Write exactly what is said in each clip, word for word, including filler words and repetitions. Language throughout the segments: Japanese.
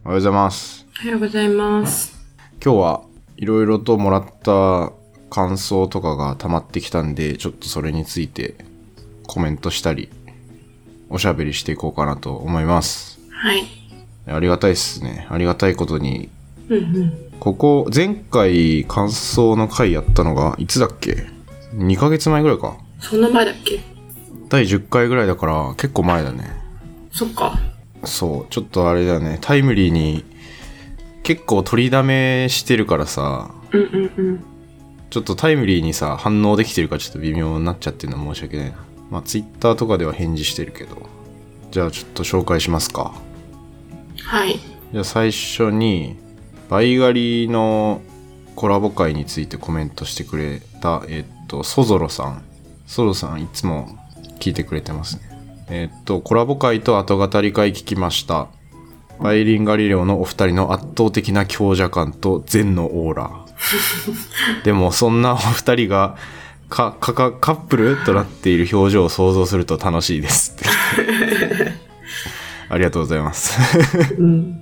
おはようございます。 おはようございます。 今日はいろいろともらった感想とかが溜まってきたんで、ちょっとそれについてコメントしたりおしゃべりしていこうかなと思います。 はい。 ありがたいっすね。ありがたいことに、 うんうん、 ここ前回感想の回やったのがいつだっけ？にかげつまえぐらいか。 そんな前だっけ？ だいじゅっかいぐらいだから結構前だね。 そっか。 そう、ちょっとあれだよね。タイムリーに結構取りだめしてるからさ、 うんうんうん。 ちょっとタイムリーにさ反応できてるかちょっと微妙になっちゃってるのは申し訳ないな。まあツイッターとかでは返事してるけど、じゃあちょっと紹介しますか。 はい。 じゃあ最初にバイガリのコラボ会についてコメントしてくれたえっとソゾロさん。ソゾロさんいつも聞いてくれてますね。えっとコラボ会と後語り会聞きました。バイリンガリレオのお二人の圧倒的な強者感と善のオーラ。でもそんなお二人がかかかカップルとなっている表情を想像すると楽しいですってありがとうございますうん、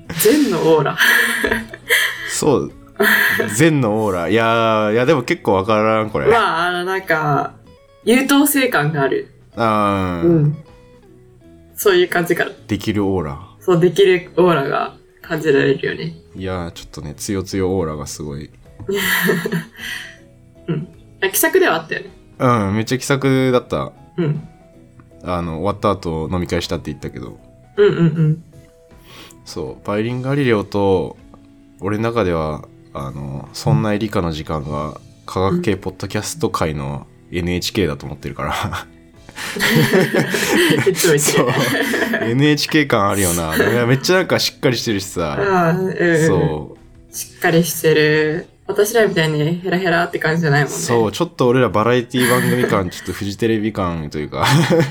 善のオーラそう善のオーラいやいやでも結構わからんこれ。 まああのなんか優等生感がある。 あー、 うん、そういう感じからできるオーラ。 そうできるオーラが感じられるよね。 いやちょっとね強強オーラがすごいうん気さくではあったよね。 うんめっちゃ気さくだった。 うんあの終わった後飲み会したって言ったけど、 うんうんうんそうバイリンガリレオと俺の中ではあのそんな理科の時間が科学系ポッドキャスト界の エヌエイチケー だと思ってるからそう エヌエイチケー 感あるよな。めっちゃなんかしっかりしてるしさあ、うん、そうしっかりしてる。私らみたいにヘラヘラって感じじゃないもんね。 そうちょっと俺らバラエティ番組感ちょっとフジテレビ感というか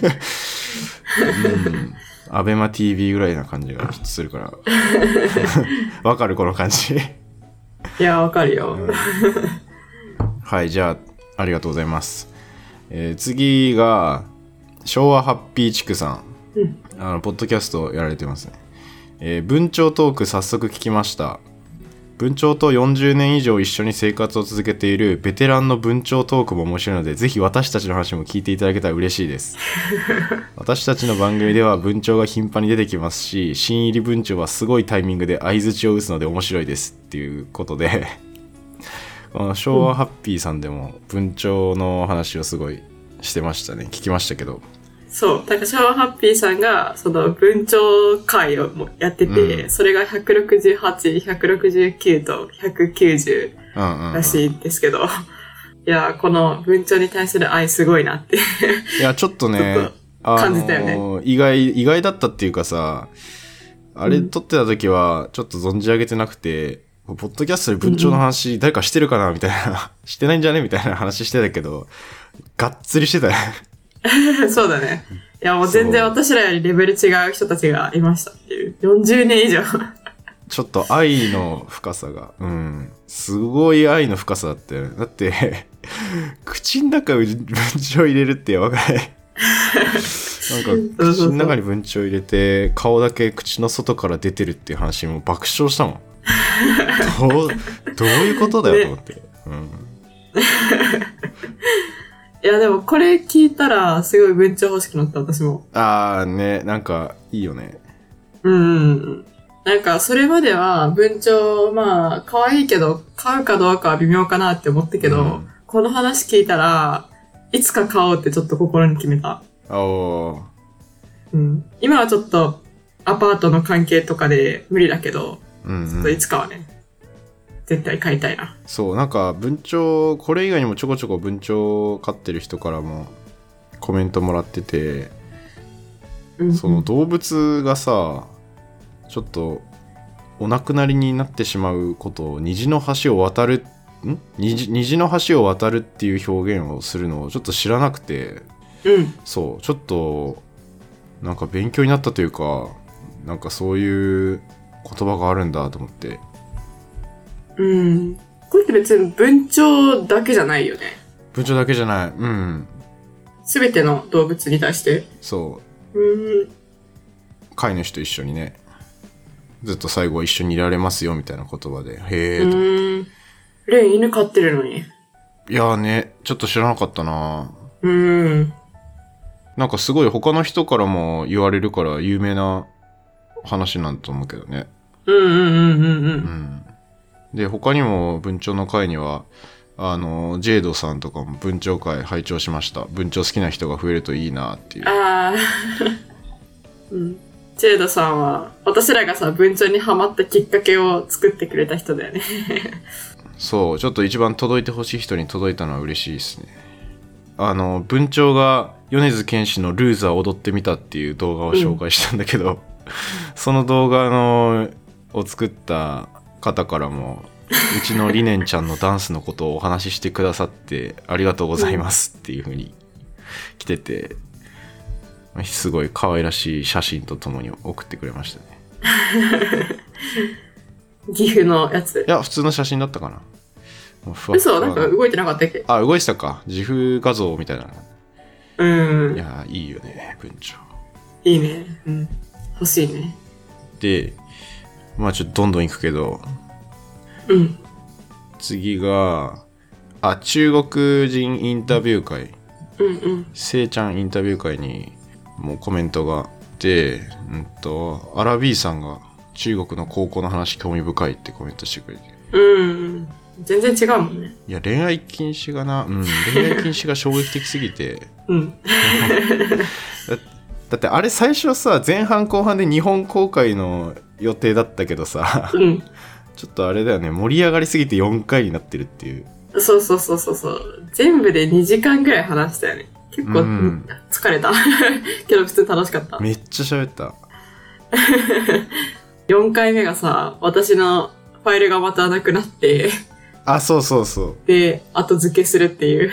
うんアベマ ティービー ぐらいな感じがちょっとするからわかるこの感じ。 いやわかるよ、 うん、はいじゃあありがとうございます、えー、次が昭和ハッピー地区さん、うん、あのポッドキャストやられてますね、えー、文鳥トーク早速聞きました。文鳥とよんじゅうねん以上一緒に生活を続けているベテランの文鳥トークも面白いのでぜひ私たちの話も聞いていただけたら嬉しいです私たちの番組では文鳥が頻繁に出てきますし新入り文鳥はすごいタイミングで相槌を打つので面白いですっていうことでこの昭和ハッピーさんでも文鳥の話をすごいしてましたね。聞きましたけど、 そう、なんか昭和ハッピーさんがその文鳥会をやってて、うん、それがひゃくろくじゅうはち、ひゃくろくじゅうきゅうとひゃくきゅうじゅうらしいんですけど、うんうんうん、いやこの文鳥に対する愛すごいなっていやちょっとねちょっと感じたよね、あのー、意外意外だったっていうかさあれ撮ってた時はちょっと存じ上げてなくて、うん、ポッドキャストで文鳥の話誰かしてるかなみたいなしてないんじゃねみたいな話してたけどがっつりしてたねそうだね。いやもう全然私らよりレベル違う人たちがいましたっていう。よんじゅうねん以上ちょっと愛の深さが、うん、すごい愛の深さだったよね。だって口の中に文鳥入れるってやばくないなんか口の中に文鳥入れて顔だけ口の外から出てるっていう話も爆笑したもんどうどういうことだよ、ね、と思って、うんいやでもこれ聞いたらすごい文鳥欲しくなった私も。 あーねなんかいいよね。 うん。なんかそれまでは文鳥まあ可愛いけど飼うかどうかは微妙かなって思ったけど、うん、この話聞いたらいつか飼おうってちょっと心に決めた。 おー、 うん。今はちょっとアパートの関係とかで無理だけど、うんうん、ちょっといつかはね絶対飼いたいな。 そうなんか文鳥これ以外にもちょこちょこ文鳥飼ってる人からもコメントもらってて、うんうん、その動物がさちょっとお亡くなりになってしまうことを虹の橋を渡るん 虹, 虹の橋を渡るっていう表現をするのをちょっと知らなくて、 うん、 そうちょっとなんか勉強になったというかなんかそういう言葉があるんだと思って。 うん。これって別に文鳥だけじゃないよね。 文鳥だけじゃない。うん。 すべての動物に対して。 そう。 うん。 飼い主と一緒にね。 ずっと最後は一緒にいられますよみたいな言葉で、へーと。うーん。レン犬飼ってるのに。 いやーね、ちょっと知らなかったな。 うーん。 なんかすごい他の人からも言われるから有名な話なんと思うけどね。 うんうんうんうんうん。うん。で、他にも文鳥の会には、あの、ジェイドさんとかも文鳥会拝聴しました。文鳥好きな人が増えるといいなっていう。 ああ。うん。ジェイドさんは、私らがさ、文鳥にハマったきっかけを作ってくれた人だよね。 そう、ちょっと一番届いてほしい人に届いたのは嬉しいですね。あの、文鳥が米津玄師のルーザー踊ってみたっていう動画を紹介したんだけど、うん、その動画のを作った方からも、うちのリネンちゃんのダンスのことをお話ししてくださってありがとうございますっていう風に来てて、すごい可愛らしい写真とともに送ってくれましたね。 岐阜のやつ。 いや、普通の写真だったかな。 ふわふわ嘘、なんか動いてなかったっけ？ あ、動いてたか。自負画像みたいな。 うん。 いや、いいよね、文鳥。 いいね。うん。欲しいね。 で、まあちょっとどんどん行くけど、 うん。 次が、あ、中国人インタビュー会。 うんうん。 せいちゃんインタビュー会にもうコメントがあって、うんと、アラビーさんが中国の高校の話興味深いってコメントしてくれて。 うん。全然違うもんね。 いや、恋愛禁止がな、うん、恋愛禁止が衝撃的すぎて。 うん。 だ, だってあれ最初さ、前半後半で日本公開の予定だったけどさ、 うん。 ちょっとあれだよね、盛り上がりすぎてよんかいになってるっていう。 そうそうそうそうそう。全部でにじかんぐらい話したよね。結構、うん、疲れた。けど普通楽しかった。 めっちゃ喋った。 よんかいめがさ、私のファイルがまたなくなって、 あ、そうそうそう。 で、後付けするっていう。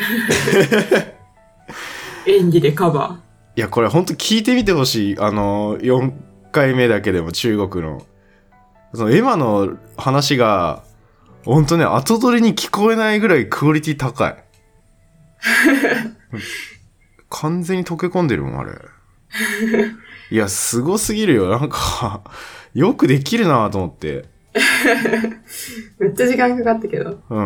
演技でカバー。 いや、これほんと聞いてみてほしい。あの、よんかいめだけでも中国の。そのエマの話が、ほんとね、後取りに聞こえないぐらいクオリティ高い。完全に溶け込んでるもん、あれ。いや、すごすぎるよ。なんか、よくできるなと思って。 めっちゃ時間かかったけど。 うん。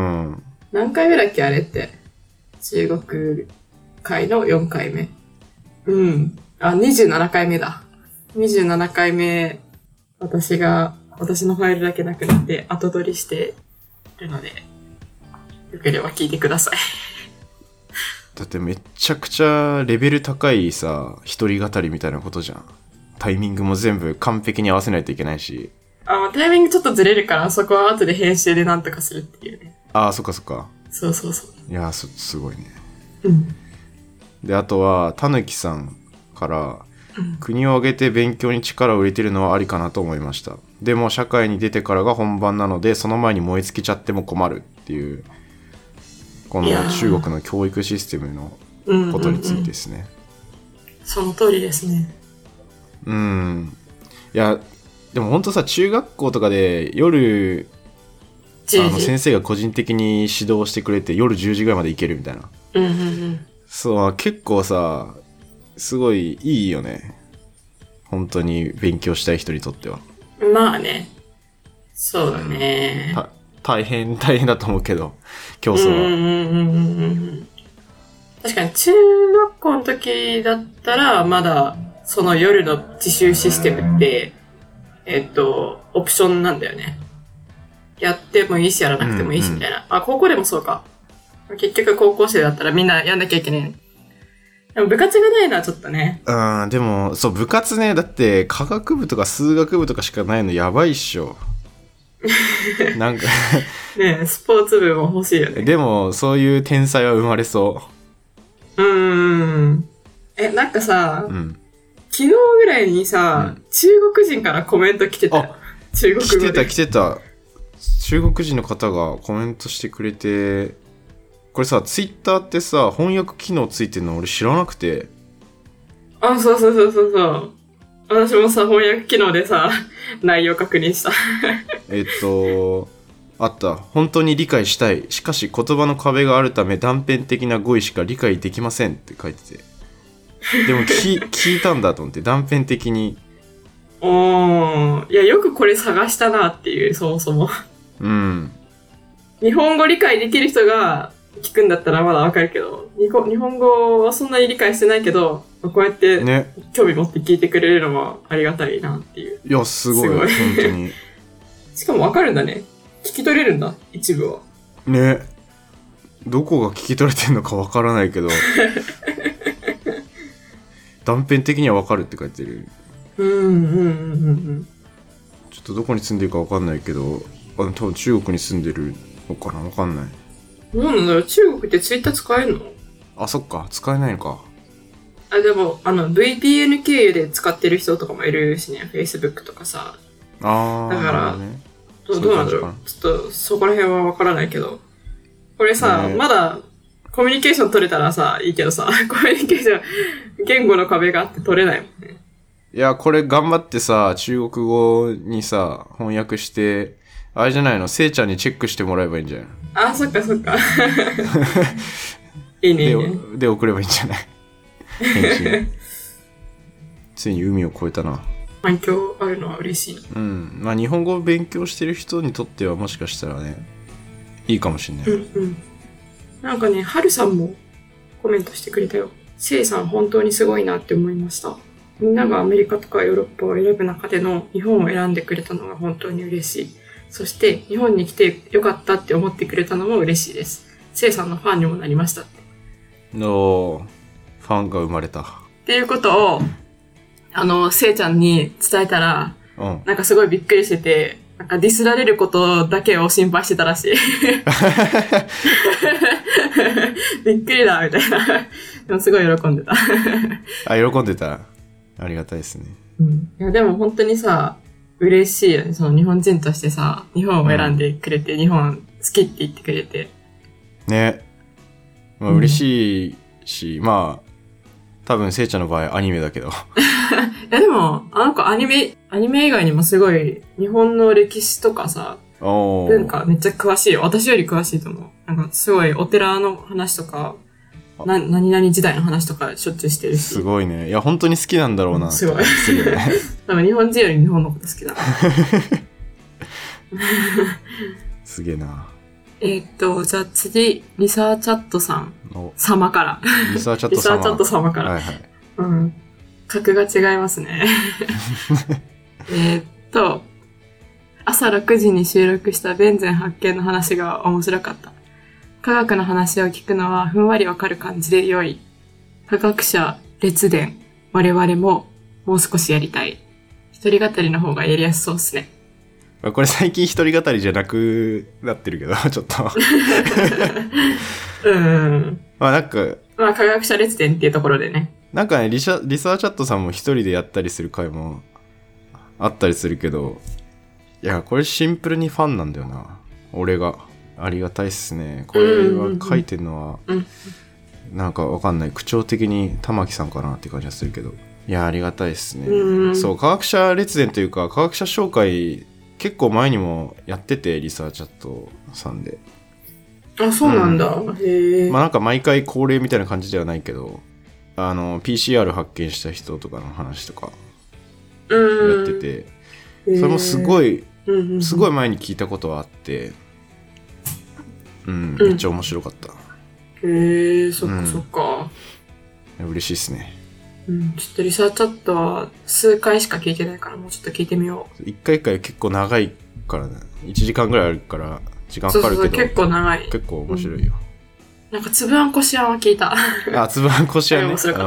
何回目だっけあれって。中国会のよんかいめ。うん。あ、にじゅうななかいめだ。にじゅうななかいめ、私が、私のファイルだけなくなって後取りしてるので、よければ聞いてください。 だってめちゃくちゃレベル高いさ、一人語りみたいなことじゃん。タイミングも全部完璧に合わせないといけないし。 あ、タイミングちょっとずれるから、そこは後で編集でなんとかするっていうね。 ああ、そっかそっか。 そうそうそう。 いやー、す、すごいね。 うん。 で、あとは、たぬきさんから、 うん、 国を挙げて勉強に力を入れてるのはありかなと思いました。でも、社会に出てからが本番なので、その前に燃え尽きちゃっても困るっていう、この中国の教育システムのことについてですね。 うんうんうん、その通りですね。 うん。いや、でも本当さ、中学校とかで夜、あの先生が個人的に指導してくれて夜じゅうじぐらいまで行けるみたいな。 うんうんうん。 そう、結構さ、すごいいいよね。本当に勉強したい人にとっては。 まあね。そうだね。 た大変、大変だと思うけど、競争は。 うんうんうんうんうん。確かに中学校の時だったら、まだその夜の自習システムって、えっと、オプションなんだよね。やってもいいし、やらなくてもいいし、みたいな。うんうん、あ、高校でもそうか。結局高校生だったらみんなやんなきゃいけない。でも部活がないのはちょっとね。 うん、でも、そう、部活ね、だって科学部とか数学部とかしかないのやばいっしょ。なんかねえ、スポーツ部も欲しいよね。 でも、そういう天才は生まれそう。 うーん。え、なんかさ、 うん、 昨日ぐらいにさ、うん、中国人からコメント来てたよ。中国語で。 来てた来てた。中国人の方がコメントしてくれて、これさ、ツイッターってさ、翻訳機能ついてるの俺知らなくて。 あ、そうそうそうそうそう。私もさ、翻訳機能でさ、内容確認した。 えっと、あった。本当に理解したい。しかし言葉の壁があるため断片的な語彙しか理解できませんって書いてて。でも聞、聞いたんだと思って断片的におー。いや、よくこれ探したなっていう、そもそも。 うん。 日本語理解できる人が聞くんだったらまだわかるけど、日本日本語はそんなに理解してないけど、こうやって興味持って聞いてくれるのはありがたいなっていう。 いや、すごい。すごい本当に。 しかもわかるんだね。聞き取れるんだ、一部は。 ね。どこが聞き取れてんのかわからないけど、断片的にはわかるって書いてる。 うんうんうんうんうん。 ちょっとどこに住んでるかわかんないけど、あの多分中国に住んでるのかな、わかんない。 どうなんだろう、中国ってツイッター使えるの？ あ、そっか、使えないのか。 あ、でも、あの、ブイピーエヌ 経由で使ってる人とかもいるしね、Facebook とかさ。 あー。 だから、 ね、 ど, どうなんだろう。ちょっと、そこら辺はわからないけど。これさ、ね、まだ、コミュニケーション取れたらさ、いいけどさ、コミュニケーション、言語の壁があって取れないもんね。 いや、これ頑張ってさ、中国語にさ、翻訳して、あれじゃないの、せいちゃんにチェックしてもらえばいいんじゃない？ あ、そっかそっか。いいね、いいね。 で、で送ればいいんじゃない？返信。ついに海を越えたな。 反響あるのは嬉しい。 うん。まあ日本語を勉強してる人にとってはもしかしたらね、いいかもしれない。 うんうん。なんかね、はるさんもコメントしてくれたよ。せいさん本当にすごいなって思いました。みんながアメリカとかヨーロッパを選ぶ中での日本を選んでくれたのが本当に嬉しい。そして日本に来てよかったって思ってくれたのも嬉しいです。せいさんのファンにもなりましたって。 のファンが生まれた。 っていうことを、あの、せいちゃんに伝えたら、うん、なんかすごいびっくりしてて、なんかディスられることだけを心配してたらしい。びっくりだ、みたいな。でもすごい喜んでた。 あ、喜んでた。ありがたいですね。 うん。いや、でも本当にさ、嬉しいよね。その日本人としてさ、日本を選んでくれて、うん、日本好きって言ってくれて。 ね。まあ嬉しいし、うん、まあ、多分せいちゃんの場合アニメだけど。いやでも、あの子アニメ、アニメ以外にもすごい日本の歴史とかさ、文化めっちゃ詳しいよ。私より詳しいと思う。なんかすごいお寺の話とか、な、何々時代の話とかしょっちゅうしてるし。 すごいね。いや、本当に好きなんだろうな。 すごい。多分日本人より日本のこと好きだな。 すげえな。 えー、っと、じゃあ次、リサーチャットさん様から。 リサーチャット様。 リサーチャット様から。 はいはい。 うん。格が違いますね。えっと、朝ろくじに収録したベンゼン発見の話が面白かった。科学の話を聞くのはふんわりわかる感じで良い。科学者、列伝、我々ももう少しやりたい。一人語りの方がやりやすそうですね。 これ最近一人語りじゃなくなってるけど、ちょっと。 うん。 まあなんか。 まあ科学者列伝っていうところでね。 なんかね、リサ、リサーチャットさんも一人でやったりする回もあったりするけど、いや、これシンプルにファンなんだよな。俺が。ありがたいっすね。これは書いてるのは、うんうんうん、なんかわかんない。口調的に玉木さんかなって感じがするけど。いや、ありがたいっすね。うん、そう、科学者列伝というか、科学者紹介、結構前にもやってて、リサーチャットさんで。 あ、そうなんだ。うん、へえ。 まあなんか毎回恒例みたいな感じではないけど、あの、ピーシーアール 発見した人とかの話とか、やってて、それもすごい、すごい前に聞いたことはあって、うん、めっちゃ面白かった。 うん、へえ、そっかそっか、 うん。嬉しいっすね。 うん、ちょっとリサーチャットは数回しか聞いてないから、もうちょっと聞いてみよう。 一回一回結構長いからね。いちじかんぐらいあるから、時間かかるけど。 そうそうそう、結構長い。 結構面白いよ。 うん、なんか、つぶあんこしあんは聞いた。 あ、つぶあんこしあんね。 面白かった。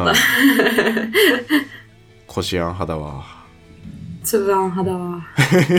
こしあん派だわ。 つぶあん派だわ。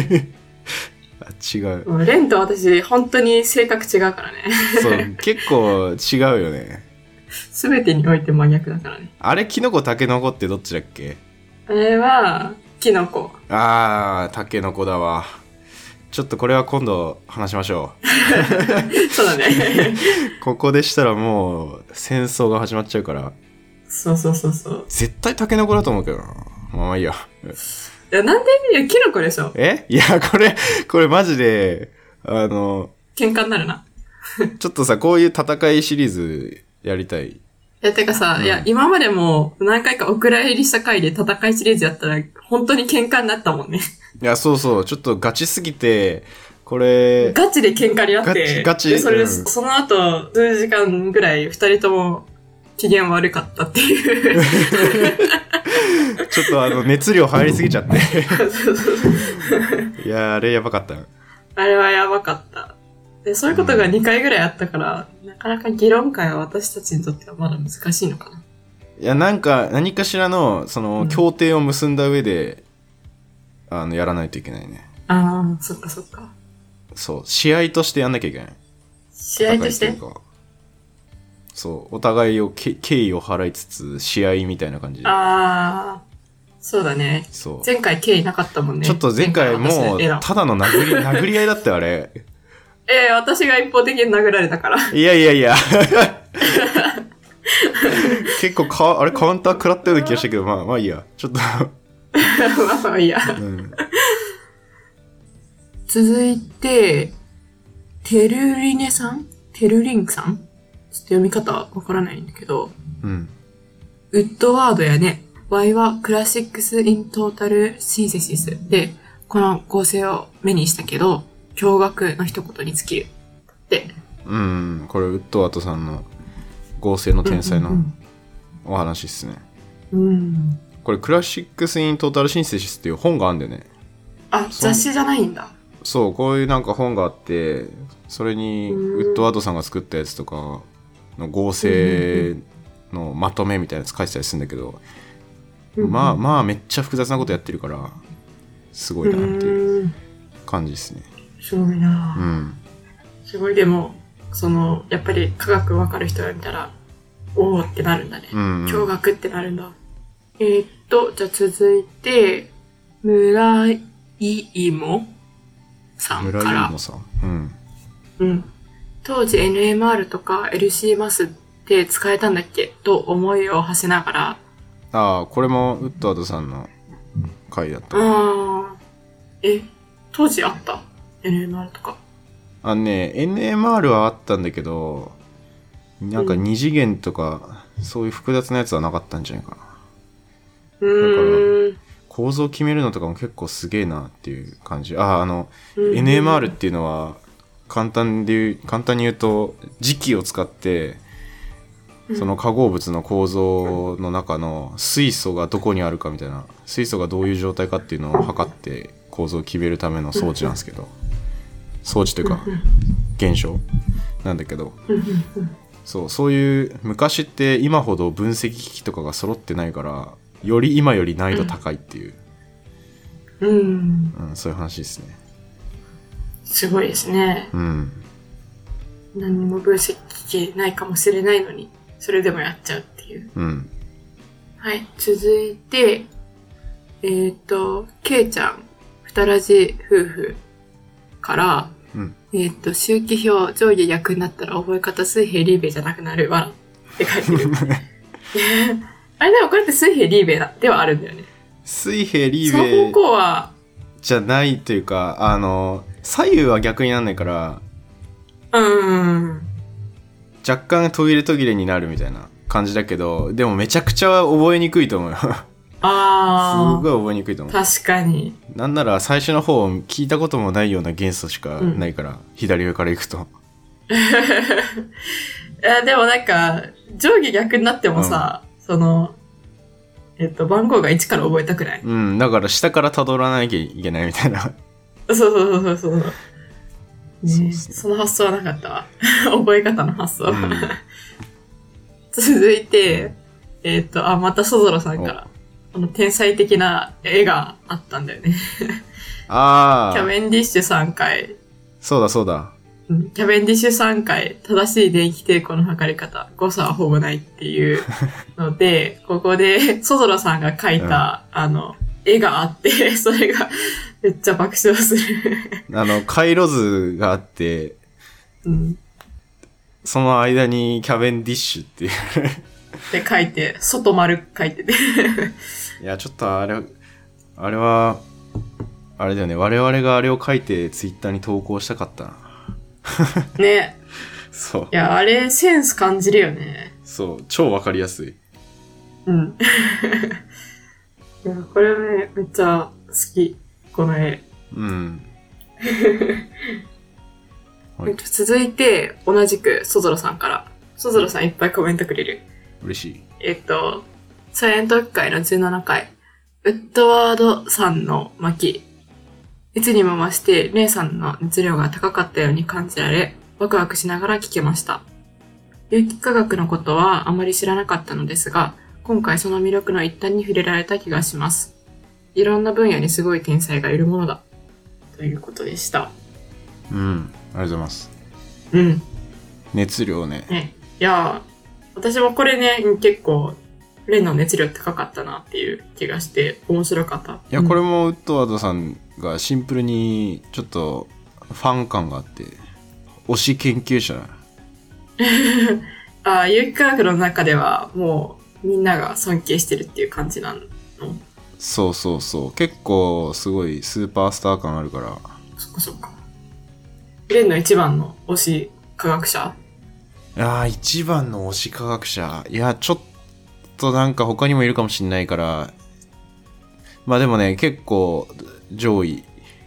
違う。 レンと私、本当に性格違うからね。 そう、結構違うよね。 すべてにおいて真逆だからね。 あれ、キノコ、タケノコってどっちだっけ？ あれは、キノコ。 あー、タケノコだわ。ちょっとこれは今度話しましょう。そうだね。 ここでしたらもう戦争が始まっちゃうから。 そうそうそうそう。 絶対タケノコだと思うけどな。まあいいや。 いや、なんでいや、キノコでしょ。 え？いや、これ、これマジで、あの、 喧嘩になるな。 ちょっとさ、こういう戦いシリーズやりたい。 や、てかさ、うん、いや、今までも何回かお蔵入りした回で戦いシリーズやったら、本当に喧嘩になったもんね。 いや、そうそう、ちょっとガチすぎて、これ。 ガチで喧嘩になって。 ガチ、ガチ。 で、それ、 うん、 その後、数時間ぐらい、二人とも機嫌悪かったっていう。 ちょっとあの、熱量入りすぎちゃって。いや、あれやばかった。 あれはやばかった。で、そういうことがにかいぐらいあったから、うん、なかなか議論会は私たちにとってはまだ難しいのかな。 いや、なんか、何かしらの、その、うん、協定を結んだ上で、あの、やらないといけないね。 ああ、そっかそっか。 そう、試合としてやんなきゃいけない。 試合としてそう、お互いを敬意を払いつつ、試合みたいな感じで。 ああ、そうだね。そう。前回敬意なかったもんね。 ちょっと前回もう、ただの殴り、殴り合いだったよ、あれ。 ええー、私が一方的に殴られたから。 いやいやいや。結構か、あれカウンター食らったような気がしたけど、まあまあいいや。ちょっと。まあまあいいや。うん、続いて、テルリネさんテルリンクさんちょっと読み方わからないんだけど。 うん。 ウッドワードやね。Y はクラシックス・イン・トータル・シンセシスで、この構成を目にしたけど、驚愕の一言に尽きる。で。 うん、これウッドワードさんの合成の天才のお話っすね。 うん、うん。 これクラシックス・イン・トータル・シンセシスっていう本があるんだよね。 あ、雑誌じゃないんだ。 そう、こういうなんか本があって、それにウッドワードさんが作ったやつとかの合成のまとめみたいなやつ書いてたりするんだけど、うん、まあまあめっちゃ複雑なことやってるからすごいなっていう感じですね。 すごいな。 うん。 すごい。でもそのやっぱり科学わかる人が見たらおおってなるんだね。うんうん、驚愕ってなるんだ。えー、っとじゃあ続いて村井芋さんから。村井芋さん。うん。うん。当時 エヌエムアール とか エルシー マスって使えたんだっけと思いを馳せながら。 ああ、これもウッドワードさんの回だった。 ああ。え、当時あった エヌエムアール とか。 あのね、エヌエムアール はあったんだけど、なんかに次元とか、うん、そういう複雑なやつはなかったんじゃないかな。 うーん。 だから構造決めるのとかも結構すげえなっていう感じ。ああ、あの、うん、エヌエムアール っていうのは簡単で言う、簡単に言うと磁気を使ってその化合物の構造の中の水素がどこにあるかみたいな、水素がどういう状態かっていうのを測って構造を決めるための装置なんですけど、装置というか現象なんだけど、そう、そういう昔って今ほど分析機器とかが揃ってないからより今より難易度高いっていう、 うん、 うん、そういう話ですね。 すごいですね。 うん。 何にも分析機器ないかもしれないのにそれでもやっちゃうっていう。 うん。 はい、続いてえっとケイちゃんふたらじ夫婦から、 うん、 えっと周期表上下逆になったら覚え方水平リーベじゃなくなるわらって書いてる。あれでもこれって水平リーベではあるんだよね。 水平リーベその方向はじゃないというか、あの左右は逆になんないから、 うーん、 若干途切れ途切れになるみたいな感じだけど、でもめちゃくちゃ覚えにくいと思うよ。 ああ、 すごい覚えにくいと思う。 確かに。 なんなら最初の方聞いたこともないような元素しかないから、うん、左上から行くと。 いやでもなんか上下逆になってもさ、うん、そのえっと番号がいちから覚えたくない？ うん、だから下から辿らなきゃいけないみたいな。 そうそうそうそう。ね、そうっすね、その発想はなかったわ。覚え方の発想。うん、続いて、えっと、あ、またソゾロさんから、この天才的な絵があったんだよね。 ああ。 キャベンディッシュさん回。 そうだそうだ。 うん、キャベンディッシュさん回、正しい電気抵抗の測り方、誤差はほぼないっていうので、ここでソゾロさんが描いた、うん、あの、絵があって、それがめっちゃ爆笑する。 あの、回路図があって、 うん、 その間にキャベンディッシュっていう。 で書いて、外丸書いてて。 いや、ちょっとあれ、あれは、あれだよね、我々があれを書いてツイッターに投稿したかったな。 ね。 そう。 いや、あれセンス感じるよね。 そう超わかりやすい。 うんいやこれねめっちゃ好きこの絵。 うんはい、続いて同じくソゾロさんから。ソゾロさんいっぱいコメントくれる。 嬉しい。 えっとサイエント会のじゅうななかい、ウッドワードさんの巻、いつにも増してレイさんの熱量が高かったように感じられ、ワクワクしながら聞けました。有機化学のことはあまり知らなかったのですが、今回その魅力の一端に触れられた気がします。いろんな分野にすごい天才がいるものだ。ということでした。 うん、ありがとうございます。 うん。 熱量ね。 ね、いや、私もこれね、結構、レンの熱量高かったなっていう気がして、面白かった。いや、うん、これもウッドワードさんがシンプルにちょっとファン感があって、推し研究者。 ああ、有機化学の中ではもうみんなが尊敬してるっていう感じなの？ そうそうそう。結構すごいスーパースター感あるから。 そっかそっか。レンの一番の推し科学者？ いやー、一番の推し科学者。いや、ちょっとなんか他にもいるかもしんないから。まあでもね、結構上位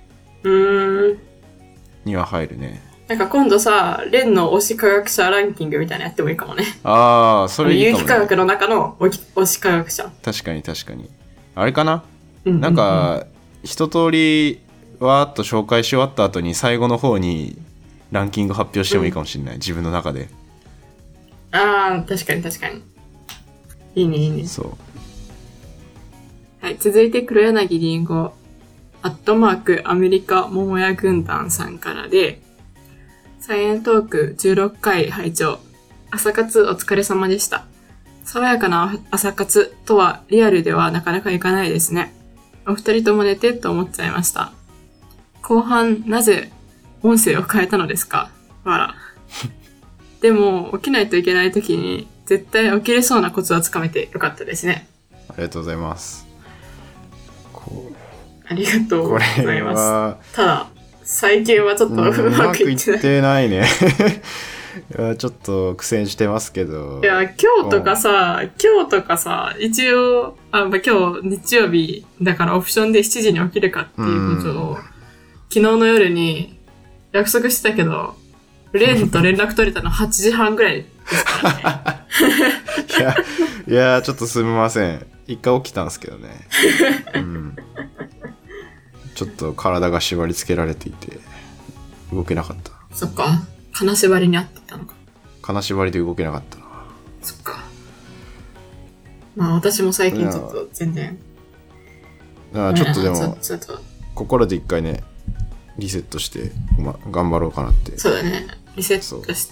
には入るね。 なんか今度さ、レンの推し科学者ランキングみたいなのやってもいいかもね。 ああ、それいいかもね。 有機化学の中の推し科学者。 確かに確かに。あれかな、うんうんうん、なんか一通りわーっと紹介し終わった後に最後の方にランキング発表してもいいかもしれない、うん、自分の中で。 ああ、確かに確かに。いいねいいね。 そう。 はい、続いて黒柳りんごアットマークアメリカ桃屋軍団さんからで、サイエントークじゅうろっかい拝聴、朝活お疲れ様でした。爽やかな朝活とはリアルではなかなかいかないですね。お二人とも寝てと思っちゃいました。後半なぜ音声を変えたのですか？わら。でも起きないといけない時に絶対起きれそうなコツをつかめてよかったですね。 ありがとうございます。こうありがとうございます。ただ最近はちょっとうまくいってない。うまくいってないね。いやちょっと苦戦してますけど。 いや今日とかさ、今日とかさ、一応あ、まあ、今日日曜日だからオプションでしちじに起きるかっていうことを昨日の夜に約束してたけど、レンと連絡取れたのはちじはんぐらいですからね。 いやいやちょっとすみません。一回起きたんですけどね。うん、ちょっと体が縛り付けられていて動けなかった。 そっか。金縛りにあってたのか。 金縛りで動けなかったな。 そっか。まあ私も最近ちょっと全然。 あちょっとでも心で一回ねリセットして、ま、頑張ろうかなって。 そうだね。リセットして、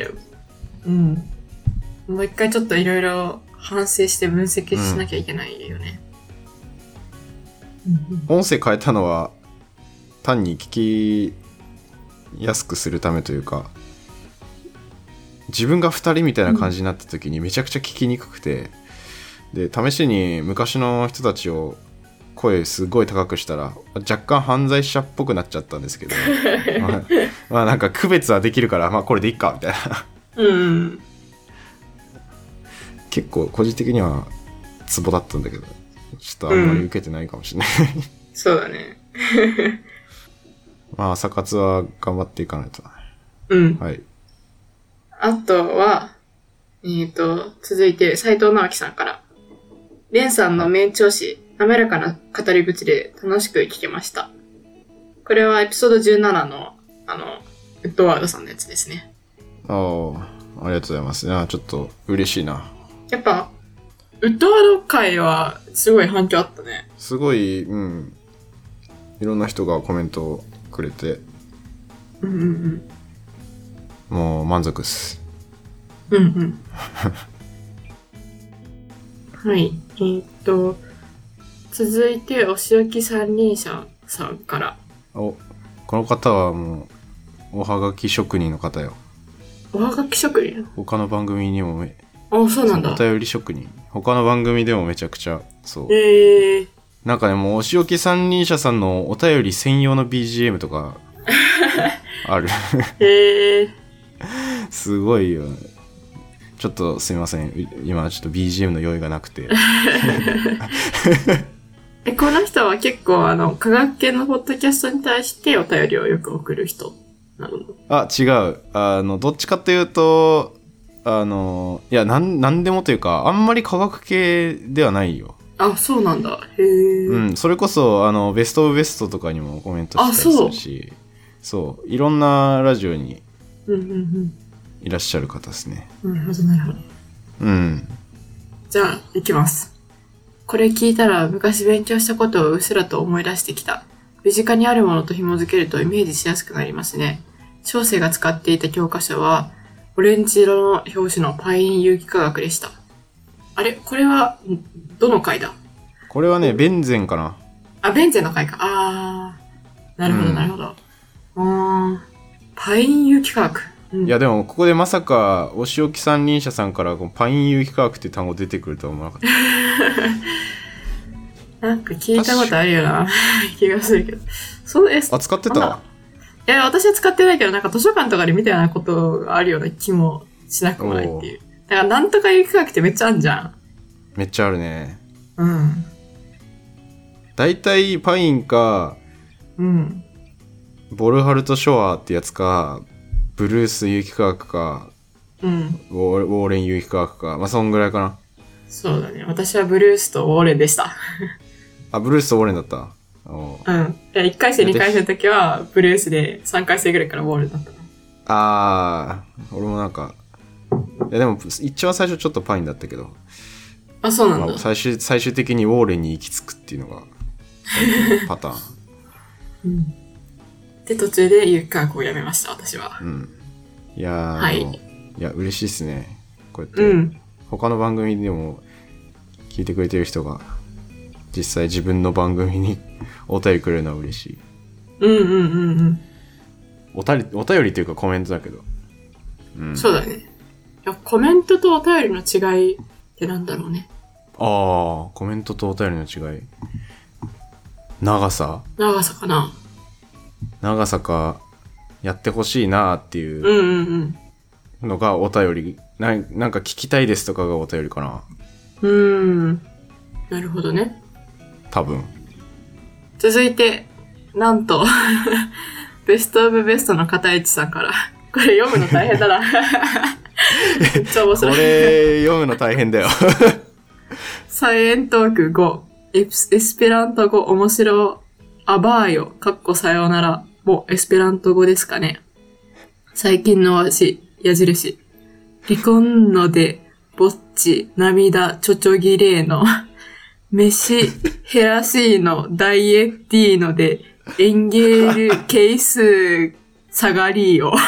うん。もう一回ちょっといろいろ反省して分析しなきゃいけないよね。 うん、音声変えたのは単に聞きやすくするためというか、自分がふたりみたいな感じになった時にめちゃくちゃ聞きにくくて、で試しに昔の人たちを声すごい高くしたら若干犯罪者っぽくなっちゃったんですけど、まあ、まあなんか区別はできるからまあこれでいいかみたいな、 うん、 結構個人的にはツボだったんだけど、ちょっとあんまり受けてないかもしれない、 うん、そうだね。 まあ朝活は頑張っていかないと。 うん。 はい。 あとは、えっと、続いて斉藤直樹さんから。レンさんの名調子、滑らかな語り口で楽しく聞けました。これはエピソードじゅうななの、あの、ウッドワードさんのやつですね。 ああ、ありがとうございます。いや、ちょっと嬉しいな。 やっぱ、ウッドワード界はすごい反響あったね。 すごい、うん。いろんな人がコメントをくれて、 うんうんうん、 もう満足っす。 うんうんはいえー、っと続いてお仕置き三輪車さんから。 おこの方はもうおはがき職人の方よ。 おはがき職人？ 他の番組にもめあそうなんだ。 お便り職人他の番組でもめちゃくちゃそうえー、 なんかねもうお仕置き三輪車さんのお便り専用の ビージーエム とかある。 へえー、 すごいよね。 ちょっとすみません。今ちょっと ビージーエム の用意がなくて。 え、この人は結構あの、科学系のポッドキャストに対してお便りをよく送る人なの？ あ、違う。あの、どっちかというと、あの、いや、なん、なんでもというか、あんまり科学系ではないよ。 あ、そうなんだ。へー。 うん、それこそ、あの、ベストオブベストとかにもコメントしたりするし、そう、いろんなラジオにいらっしゃる方ですね。 うんうんうん。なるほど、なるほど。 うん。 じゃあ、いきます。これ聞いたら昔勉強したことをうっすらと思い出してきた。身近にあるものと紐づけるとイメージしやすくなりますね。小生が使っていた教科書は、オレンジ色の表紙のパイン有機化学でした。あれこれは、どの回だ？ これはね、ベンゼンかな。 あ、ベンゼンの回か。あー。なるほど、なるほど。うん、あー。パイン有機化学。うん、 いや、でも、ここでまさか、お仕置き三輪車さんから、パイン有機化学っていう単語出てくるとは思わなかった。 なんか聞いたことあるよな気がするけど。そうです。 あ、使ってた？ いや、私は使ってないけど、なんか図書館とかで見たようなことがあるような気もしなくもないっていう。だからなんとか有機化学ってめっちゃあるじゃん。 めっちゃあるね。 うん。 だいたいパインか、 うん。 ボルハルト・ショアってやつか、ブルース有機化学か、 うん、 ウォーレン有機化学か、まあそんぐらいかな。 そうだね。私はブルースとウォーレンでした。 あ、ブルースとウォーレンだった。 うん。いや、いっかい生、にかい生の時はブルースで、さんかい生ぐらいからウォーレンだった。 あー、俺もなんか、いやでも一番最初ちょっとパインだったけど。 あ、そうなんだ。まあ、 最終、最終的にウォーレンに行き着くっていうのが、パターン。 うん。で、途中で有機化学をやめました、私は。 うん。いやー、 はい。 いや、嬉しいっすね。こうやって、 うん、 他の番組でも聞いてくれてる人が、実際自分の番組にお便りくれるのは嬉しい。 うんうんうんうん。 おたり、お便りというかコメントだけど。 うん、そうだね。いや、コメントとお便りの違いってなんだろうね。 あー、コメントとお便りの違い。長さ長さかな。 長さか、やってほしいなーっていうのがお便り、な、なんか聞きたいですとかがお便りかな。 うーん。なるほどね。 多分。続いて、なんと、ベストオブベストの片市さんから。これ読むの大変だな。めっちゃ面白い。 これ読むの大変だよ。 サイエントークご。エス、エスペラント語面白アバーヨ、かっこさようならもエスペラント語ですかね。最近のわし、矢印。離婚ので、ぼっち、涙、ちょちょぎれーの。飯、ヘラシーの、ダイエッティーノで、エンゲール、ケース、下がりよ。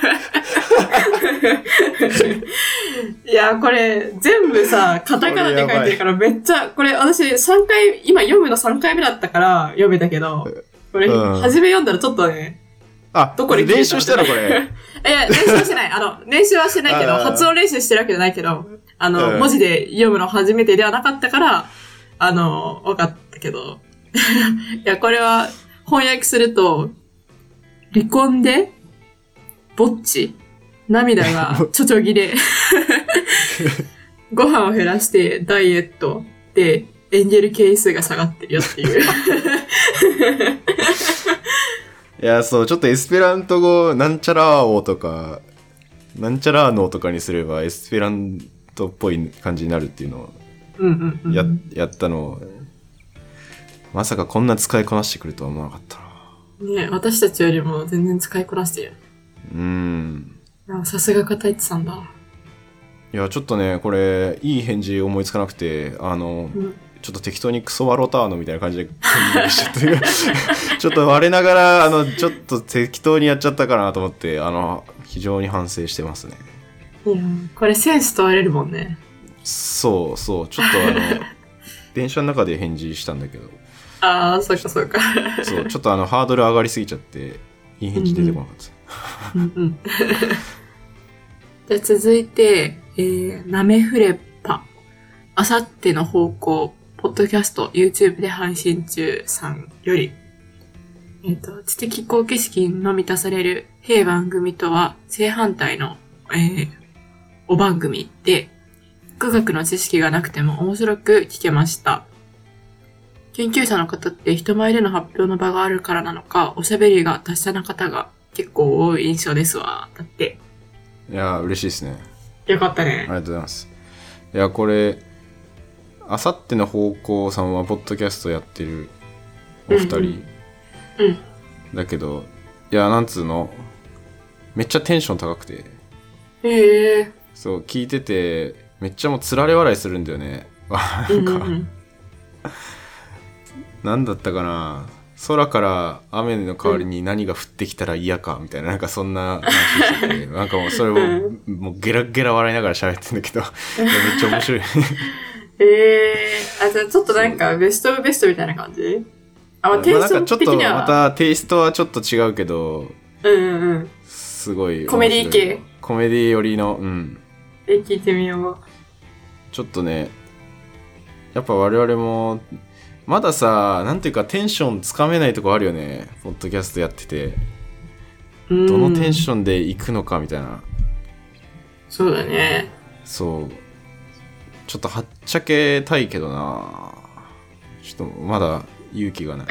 いや、これ、全部さ、カタカナで書いてるからめっちゃ、これ私さんかい、今読むのさんかいめだったから読めたけど、これ、うん、初め読んだらちょっとね、 あ、どこで練習したのこれ。 いや、練習はしてない。あの、練習はしてないけど、発音練習してるわけじゃないけど、あの、うん、文字で読むの初めてではなかったから、あの、分かったけど。いや、これは翻訳すると、離婚で、ぼっち、涙がちょちょぎれ、ご飯を減らしてダイエットで、エンゲル係数が下がってるよっていう。 いや、そう、ちょっとエスペラント語、なんちゃらーおとか、なんちゃらーのとかにすればエスペラントっぽい感じになるっていうのを、 うんうんうん、 や、やったのを、まさかこんな使いこなしてくるとは思わなかったな。ね、私たちよりも全然使いこなしてる。 うーん。 さすが片市さんだ。 いや、ちょっとね、これ、いい返事思いつかなくて、あの、うん、ちょっと適当にクソワロターノみたいな感じでしちゃってちょっと我ながら、あの、ちょっと適当にやっちゃったかなと思って、あの、非常に反省してますね。 いや、これセンス問われるもんね。 そうそう、ちょっとあの、電車の中で返事したんだけど。 ああ、そうかそうか。 そう、ちょっとあの、ハードル上がりすぎちゃって、いい返事出てこなかった。 うんうん、じゃあ続いて、えー、なめフレッパ。あさっての方向、ポッドキャスト、YouTube で配信中さんより、えっと、知的好奇心の満たされる平番組とは正反対の、えー、 お番組で、科学の知識がなくても面白く聞けました。研究者の方って人前での発表の場があるからなのか、おしゃべりが達者な方が結構多い印象ですわ。だって。 いやー、嬉しいですね。 よかったね。 ありがとうございます。いや、これ、あさっての方向さんはポッドキャストやってるお二人、うん、うん、だけど、いや、なんつうの、めっちゃテンション高くて。 へえ。 そう、聞いてて、めっちゃもうつられ笑いするんだよね。なんか、うんうん、なんだったかな。空から雨の代わりに何が降ってきたら嫌かみたいな、なんかそんな話してて、なんかもうそれをもうゲラゲラ笑いながら喋ってんだけど、めっちゃ面白い。 ええー、あ、じゃあちょっとなんかベストオブベストみたいな感じ？あ、まあ、テイスト的には、 まあ、またテイストはちょっと違うけど、 うんうんうん。 すごい。 コメディ系？ コメディ寄りの、うん。 え、聞いてみよう。 ちょっとね、やっぱ我々も、まださ、なんていうかテンションつかめないとこあるよね。ポッドキャストやってて。どのテンションで行くのかみたいな。 そうだね。 そう。ちょっとはっちゃけたいけどな。ちょっとまだ勇気がない。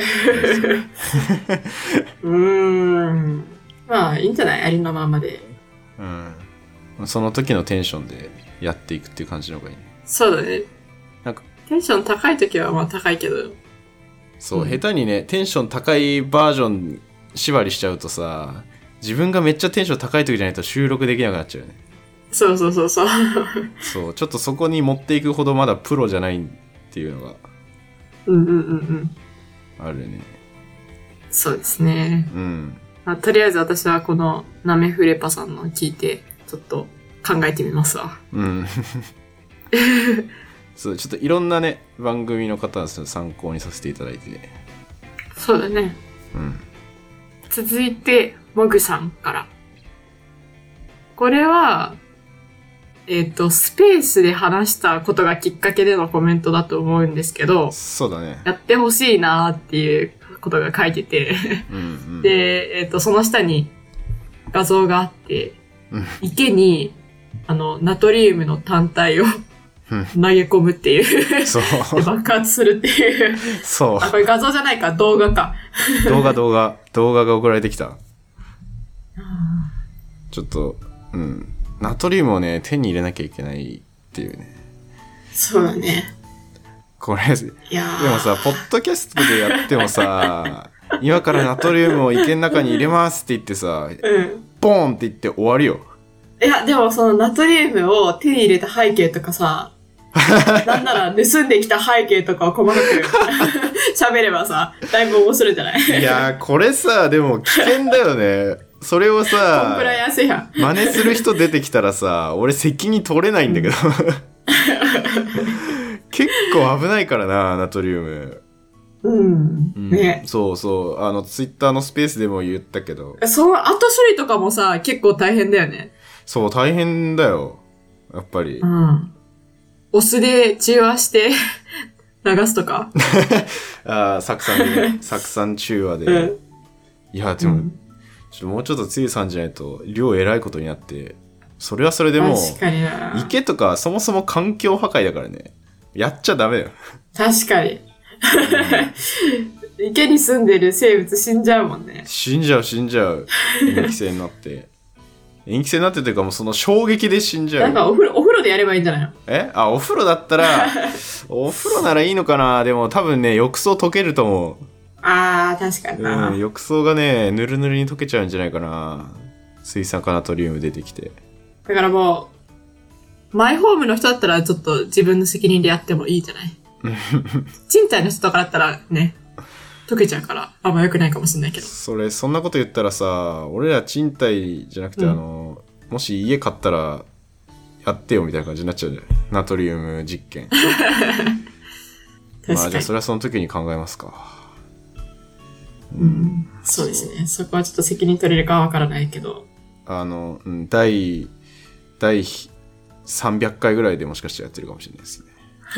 うーん。まあいいんじゃない？ありのままで。 うん。その時のテンションでやっていくっていう感じの方がいい。 そうだね。なんかテンション高い時はまあ高いけど。 そう、うん、下手にね、テンション高いバージョン縛りしちゃうとさ、自分がめっちゃテンション高い時じゃないと収録できなくなっちゃうよね。 そうそうそうそう。 そう、ちょっとそこに持っていくほどまだプロじゃないっていうのが。 うんうんうんうん。 あるね。 そうですね。 うん。 まあ、とりあえず私はこのナメフレパさんの聞いて、ちょっと考えてみますわ。 うん。そう、ちょっといろんなね、番組の方を参考にさせていただいて。 そうだね。 うん。 続いて、モグさんから。これは、えっと、スペースで話したことがきっかけでのコメントだと思うんですけど、 そうだね。 やってほしいなっていうことが書いてて、 うんうん、 で、えっと、その下に画像があって、 うん、 池に、あの、ナトリウムの単体を投げ込むっていう、 そう。 爆発するっていう。 そう。 あ、これ画像じゃないか、動画か。 動画動画、動画が送られてきた。ちょっと、うん。ナトリウムをね、手に入れなきゃいけないっていうね。 そうだね。 これ、いやでもさ、ポッドキャストでやってもさ、今からナトリウムを池の中に入れますって言ってさ、 うん、 ボーンって言って終わりよ。 いや、でもそのナトリウムを手に入れた背景とかさ、なんなら盗んできた背景とかを細かく喋ればさ、だいぶ面白いんじゃない？ いやー、これさ、でも危険だよね。それをさ、 コンプライアンスやん。 真似する人出てきたらさ、俺責任取れないんだけど。結構危ないからな、ナトリウム。 うん。うん、ね。 そうそう。あの、ツイッターのスペースでも言ったけど。 その後処理とかもさ、結構大変だよね。 そう、大変だよ。やっぱり。 うん。お酢で中和して流すとか。 ああ、酢酸で、ね、酢酸中和で。うん、いや、でも、うん、ちょっともうちょっと強いさんじゃないと、量偉いことになって、それはそれでもう、 確かにな。 池とかそもそも環境破壊だからね。やっちゃダメだよ。 確かに。うん、池に住んでる生物死んじゃうもんね。 死んじゃう死んじゃう。塩基性になって。塩基性になってというかもうその衝撃で死んじゃう。 なんかお風呂、お風呂でやればいいんじゃないの？ えあ、お風呂だったら、お風呂ならいいのかな。でも多分ね、浴槽溶けると思う。 あー、確かにな。 うん、浴槽がね、ぬるぬるに溶けちゃうんじゃないかな。水酸化ナトリウム出てきて。 だからもう、マイホームの人だったらちょっと自分の責任でやってもいいじゃない？賃貸の人とかだったらね、溶けちゃうからあんま良くないかもしれないけど。 それ、そんなこと言ったらさ、俺ら賃貸じゃなくて、うん、あの、もし家買ったらやってよみたいな感じになっちゃうじゃん。ナトリウム実験。まあじゃあそれはその時に考えますか。 うん、うん、そうですね。そこはちょっと責任取れるかはわからないけど。 あの、うん、第、第さんびゃっかいぐらいでもしかしてやってるかもしれないですね。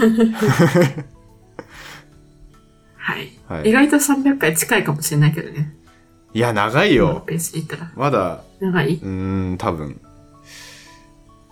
はい、はい。意外とさんびゃっかい近いかもしれないけどね。 いや、長いよ。 ペースで言ったら。 まだ。 長いうーん、多分。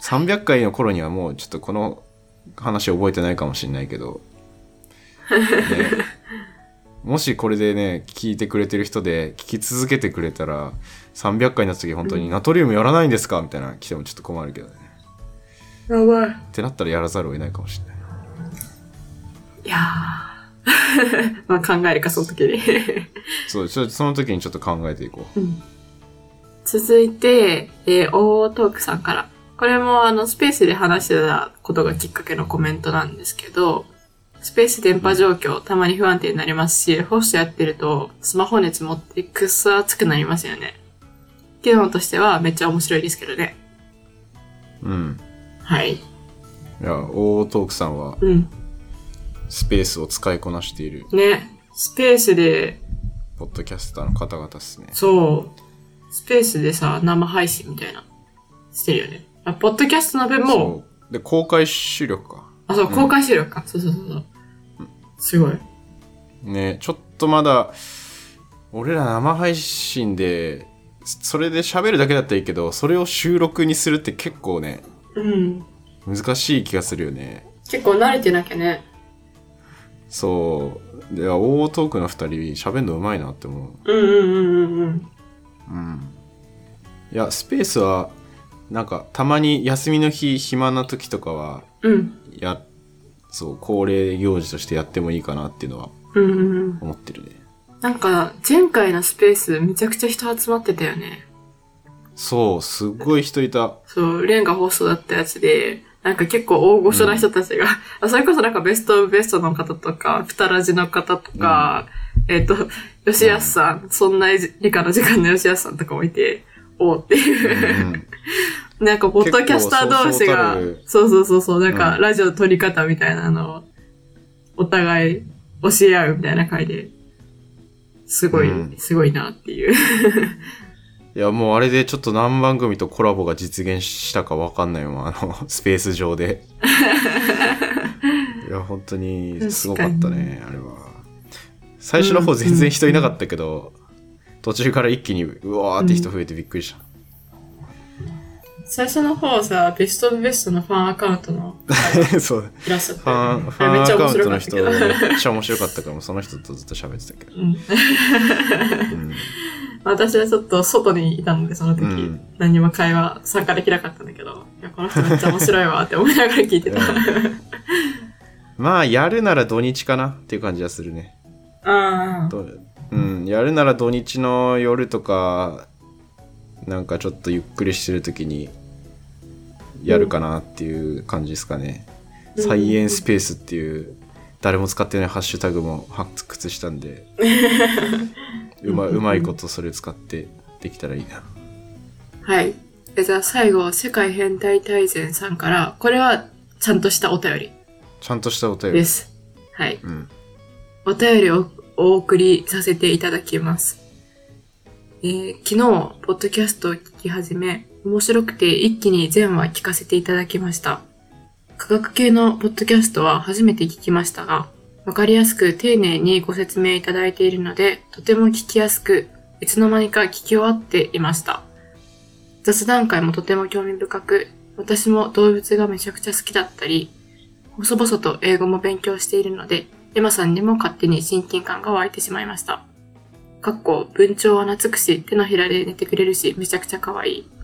さんびゃっかいの頃にはもうちょっとこの話覚えてないかもしれないけど、ね、もしこれでね聞いてくれてる人で聞き続けてくれたらさんびゃっかいになった時本当にナトリウムやらないんですかみたいな来てもちょっと困るけどね。 やばいってなったらやらざるを得ないかもしれない。 いやーまあ考えるかその時にそうそその時にちょっと考えていこう、うん、 続いて、えー、オートークさんから、これもあのスペースで話してたことがきっかけのコメントなんですけど、スペース電波状況たまに不安定になりますし、ホストやってるとスマホ熱持ってくっそ熱くなりますよね。機能としてはめっちゃ面白いですけどね。 うん。 はい。 いや、オートークさんは、うん。スペースを使いこなしている。 ね。スペースで、 ポッドキャスターの方々ですね。 そう。スペースでさ、生配信みたいな、してるよね。あ、ポッドキャストの分も、そう。で、公開収録か。 あ、そう、公開収録か。うん、そうそうそうそう。すごい。 ね、ちょっとまだ、俺ら生配信で、それで喋るだけだったらいいけど、それを収録にするって結構ね、うん。難しい気がするよね。 結構慣れてなきゃね。 そう。で、大トークの二人喋るのうまいなって思う。うんうんうんうんうん。 うん。いや、スペースは、なんか、たまに休みの日、暇な時とかは、うん。や、そう、恒例行事としてやってもいいかなっていうのは、うんうんうん、思ってるね。 なんか、前回のスペース、めちゃくちゃ人集まってたよね。 そう、すっごい人いた。 そう、レンが放送だったやつで、なんか結構大御所な人たちが、うん、それこそなんかベストオブベストの方とか、ふたらじの方とか、うん、えっ、ー、と、吉安さん、うん、そんな理科の時間の吉安さんとかもいて、おーっていう。うん、なんか、ポッドキャスター同士が、そうそうそうそう、なんか、ラジオ撮り方みたいなのを、お互い教え合うみたいな回で、すごい、うん、すごいなっていう。 いや、もうあれでちょっと何番組とコラボが実現したかわかんないもん、あの、スペース上で。いや、本当にすごかったね、あれは。最初の方全然人いなかったけど、うんうんうん、途中から一気にうわーって人増えてびっくりした。 うん、最初の方さ、ベストオブベストのファンアカウントのそういらっしゃって、ファン、 ファンアカウントの人めっちゃ面白かったから、その人とずっと喋ってたけど。うんうん私はちょっと外にいたので、その時、うん、何も会話参加できなかったんだけど、いや、この人めっちゃ面白いわって思いながら聞いてた。 まあ、やるなら土日かなっていう感じはするね。 ああ。 うん、やるなら土日の夜とか、なんかちょっとゆっくりしてる時に、やるかなっていう感じですかね。うん、サイエンスペースっていう、誰も使ってないハッシュタグも発掘したんで。うま, うまいことそれ使ってできたらいいな。 はい。じゃあ最後、世界変態大全さんから、これはちゃんとしたお便り。 ちゃんとしたお便り。 です。はい。うん、お便りをお送りさせていただきます。えー、昨日、ポッドキャストを聞き始め、面白くて一気に全話聞かせていただきました。科学系のポッドキャストは初めて聞きましたが、わかりやすく丁寧にご説明いただいているので、とても聞きやすく、いつの間にか聞き終わっていました。雑談会もとても興味深く、私も動物がめちゃくちゃ好きだったり、細々と英語も勉強しているので、エマさんにも勝手に親近感が湧いてしまいました。かっこ文鳥は懐くし、手のひらで寝てくれるし、めちゃくちゃ可愛い。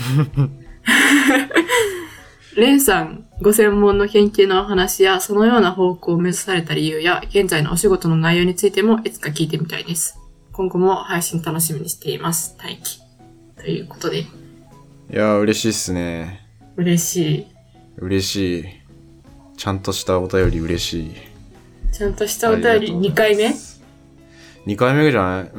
レンさん、ご専門の研究のお話や、そのような方向を目指された理由や、現在のお仕事の内容についてもいつか聞いてみたいです。今後も配信楽しみにしています。大輝。ということで。 いやー、嬉しいっすね。 嬉しい。 嬉しい。ちゃんとしたお便り嬉しい。 ちゃんとしたお便りにかいめ ? に 回目じゃない？うん。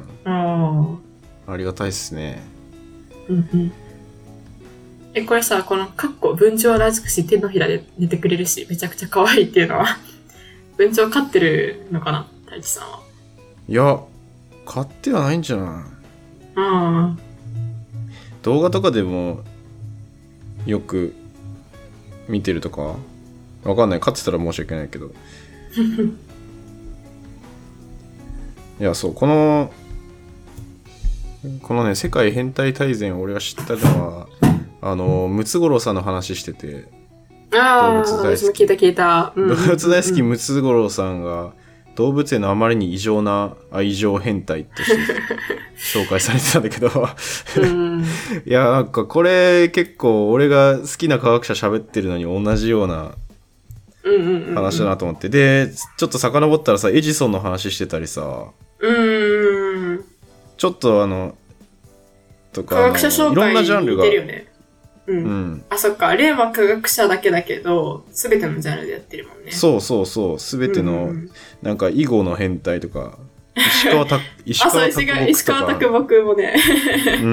ああ。ありがたいっすね。 うんうん。え、これさ、この、かっこ、文鳥は懐くし、手のひらで寝てくれるし、めちゃくちゃ可愛いっていうのは、文鳥飼ってるのかな、太一さんは。 いや、飼ってはないんじゃない？ ああ。 動画とかでも、よく、見てるとかわかんない。飼ってたら申し訳ないけど。いや、そう、この、このね、世界変態大全を俺が知ったのは、 あのムツゴロウさんの話してて、 ああ、私も聞いた聞いた。 うん、動物大好きムツゴロウさんが動物へのあまりに異常な愛情変態として紹介されてたんだけどうん、いやなんかこれ結構俺が好きな科学者喋ってるのに同じような話だなと思って、でちょっと遡ったらさエジソンの話してたりさ、 うん、 ちょっとあのとか科学者紹介いろんなジャンルが似てるよね。うんうん、あ、そっか。レイは科学者だけだけど、すべてのジャンルでやってるもんね。 そうそうそう。すべての、うんうん、なんか、囲碁の変態とか、石川た、石川拓木とか。 石川拓木もね。 うん、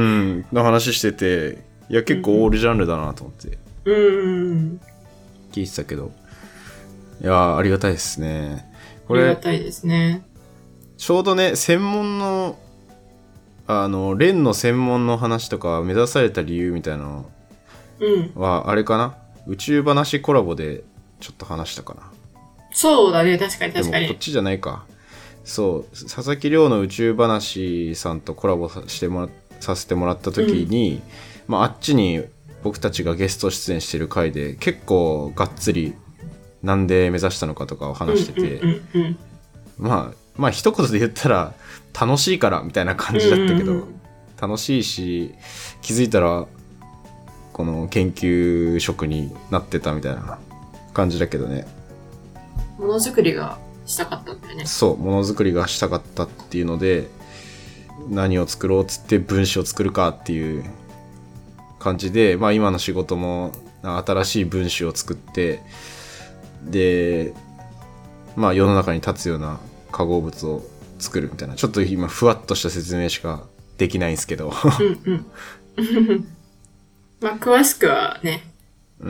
の話してて、いや、結構オールジャンルだなと思って。 うんうん。 聞いてたけど。いや、ありがたいですね。 これ、ありがたいですね。 ちょうどね、専門の、あの、レンの専門の話とか、目指された理由みたいなのはあれかな、うん、宇宙話コラボでちょっと話したかな。 そうだね、確かに確かに。 でもこっちじゃないか。そう佐々木亮の宇宙話さんとコラボさせてもらさせてもらった時に、うん、まあ、あっちに僕たちがゲスト出演してる回で結構がっつりなんで目指したのかとかを話してて、 うんうんうんうん、 まあまあ一言で言ったら楽しいからみたいな感じだったけど、うんうんうん、楽しいし気づいたらこの研究職になってたみたいな感じだけどね。 ものづくりがしたかったんだよね。 そう、ものづくりがしたかったっていうので、何を作ろうっつって分子を作るかっていう感じで、まあ今の仕事も新しい分子を作って、で、まあ世の中に立つような化合物を作るみたいな、ちょっと今ふわっとした説明しかできないんですけど。 うんうんまあ、詳しくはね、 うん、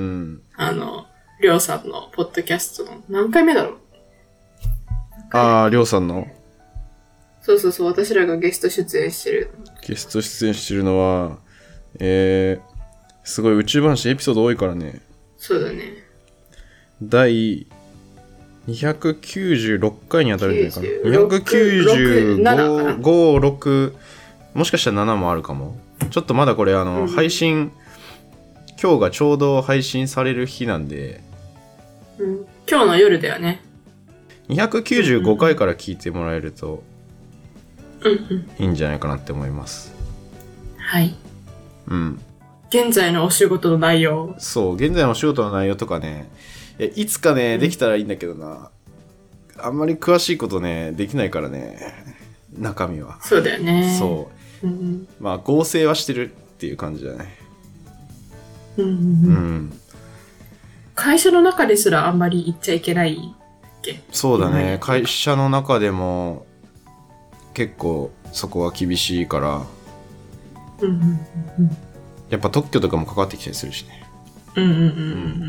あの、りょうさんのポッドキャストの何回目だろう。 ああ、りょうさんのそうそうそう、私らがゲスト出演してる。 ゲスト出演してるのは、えー、すごい宇宙話エピソード多いからね。 そうだね。 第にひゃくきゅうじゅうろっかいに当たるんじゃないかな。にひゃくきゅうじゅうご、ろく、もしかしたらななもあるかも。ちょっとまだこれあの、うん、配信、今日がちょうど配信される日なんで、 うん、今日の夜だよね。 にひゃくきゅうじゅうごかいから聞いてもらえるといいんじゃないかなって思います。 はい。 うん。 現在のお仕事の内容。 そう、現在のお仕事の内容とかね、いやいつかね、できたらいいんだけどな。あんまり詳しいことね、できないからね、中身は。 そうだよね。 そう。うん、まあ、合成はしてるっていう感じだね。 うん。うんうん会社の中ですらあんまり言っちゃいけないっけ？ そうだね。会社の中でも結構そこは厳しいから、 うんうんうん、 やっぱ特許とかもかかってきたりするしね。 うんうんうんうん、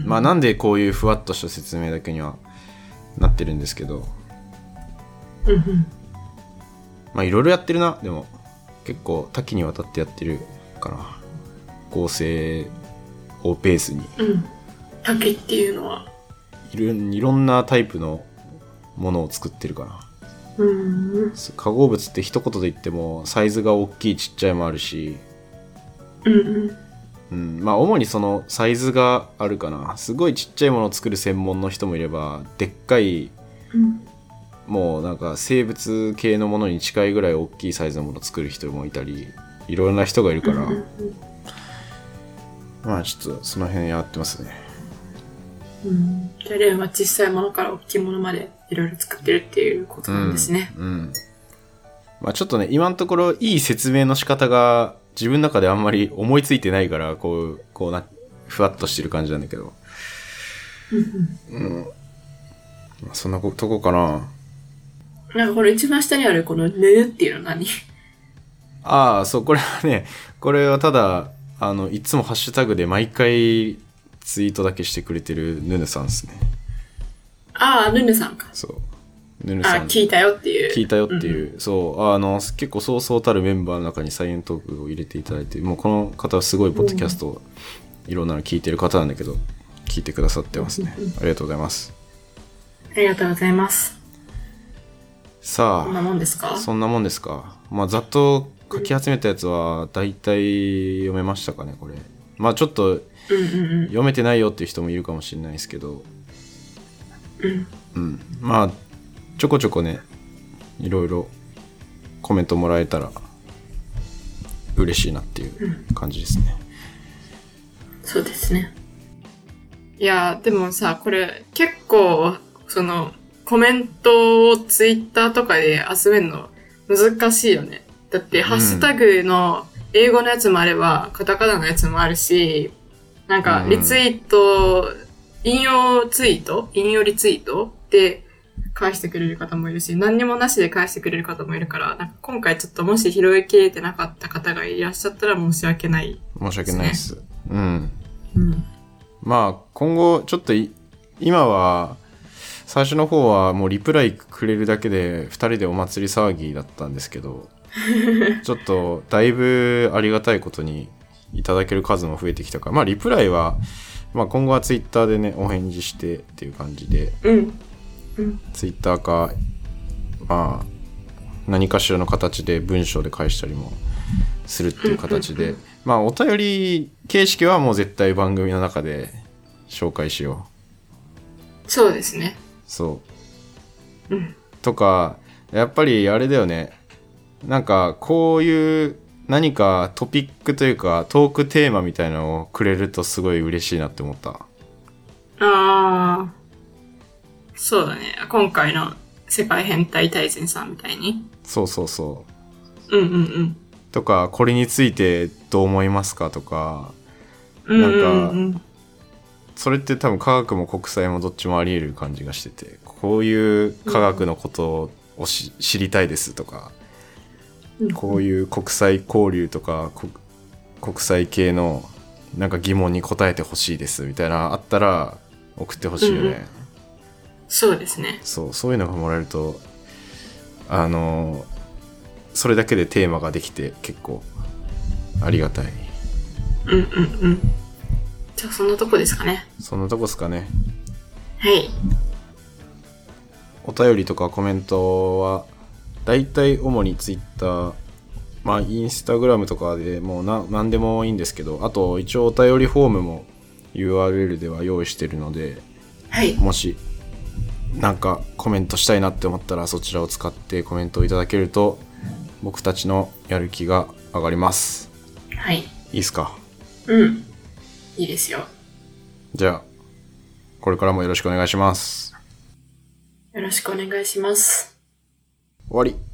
まあなんでこういうふわっとした説明だけにはなってるんですけど、 うんうん、 まあいろいろやってるな。でも結構多岐にわたってやってるから合成をベースに。 うん竹っていうのはいろいろんなタイプのものを作ってるから。うん化合物って一言で言ってもサイズが大きいちっちゃいもあるし、 うんうんうん、まあ主にそのサイズがあるかな。すごいちっちゃいものを作る専門の人もいれば、でっかい、 うん、 もうなんか生物系のものに近いぐらい大きいサイズのものを作る人もいたり、いろんな人がいるから、 うんうんうん、 まあちょっとその辺やってますね。 うん、じゃあレンは小さいものから大きいものまでいろいろ作ってるっていうことなんですね。 うん。うん、まあちょっとね、今のところいい説明の仕方が自分の中であんまり思いついてないから、こう、こうな、ふわっとしてる感じなんだけど。 うん。 まあ、そんなとこかな。 なんかこの一番下にあるこのぬぬっていうのは何？ ああ、そう、これはね、これはただ、あの、いつもハッシュタグで毎回、ツイートだけしてくれてるヌヌさんですね。 ああ、ヌヌさんか。 そう。ヌヌさん。 あ、聞いたよっていう。 聞いたよっていう。うん、そう。あの、結構そうそうたるメンバーの中にサイエントークを入れていただいて、もうこの方はすごいポッドキャストをいろんなの聞いてる方なんだけど、聞いてくださってますね。ありがとうございます。 ありがとうございます。 さあ。 そんなもんですか？ そんなもんですか。まあ、ざっと書き集めたやつは大体読めましたかね、これ。 まあちょっと読めてないよっていう人もいるかもしれないですけど、 うんうん、まあちょこちょこねいろいろコメントもらえたら嬉しいなっていう感じですね、 うん、そうですね。いやでもさ、これ結構そのコメントをツイッターとかで集めるの難しいよね。だってハッシュタグの英語のやつもあればカタカナのやつもあるし、なんかリツイート、うん、引用ツイート引用リツイートで返してくれる方もいるし、何にもなしで返してくれる方もいるから、なんか今回ちょっともし拾いきれてなかった方がいらっしゃったら申し訳ない、ね。 申し訳ないです。うん。 うん。 まあ今後ちょっと今は最初の方はもうリプライくれるだけでふたりでお祭り騒ぎだったんですけどちょっとだいぶありがたいことにいただける数も増えてきたから、まあリプライは、まあ、今後はツイッターでねお返事してっていう感じで、 うんうん、 ツイッターかまあ何かしらの形で文章で返したりもするっていう形で、まあお便り形式はもう絶対番組の中で紹介しよう。そうですね。 そう、 うん、 とかやっぱりあれだよね、なんかこういう何かトピックというかトークテーマみたいなのをくれるとすごい嬉しいなって思った。 ああ、そうだね。今回の世界変態大全さんみたいに。 そうそうそう。うんうんうん。 とかこれについてどう思いますかとか、 なんか、 うんうんうん、それって多分科学も国際もどっちもあり得る感じがしてて、こういう科学のことをし、うん、知りたいですとか、うん、こういう国際交流とか国際系のなんか疑問に答えてほしいですみたいなあったら送ってほしいよね、うんうん、 そうですね。 そう、そういうのがもらえるとあのそれだけでテーマができて結構ありがたい。 うんうんうん。じゃあそんなとこですかね。 そんなとこですかね。 はい。 お便りとかコメントはだいたい主にツイッター、まあインスタグラムとかでもうな何でもいいんですけど、あと一応お便りフォームも ユーアールエル では用意してるので、 はい、 もしなんかコメントしたいなって思ったらそちらを使ってコメントをいただけると僕たちのやる気が上がります。 はい。いいですか？ うん。いいですよ。 じゃあこれからもよろしくお願いします。 よろしくお願いします。 終わり。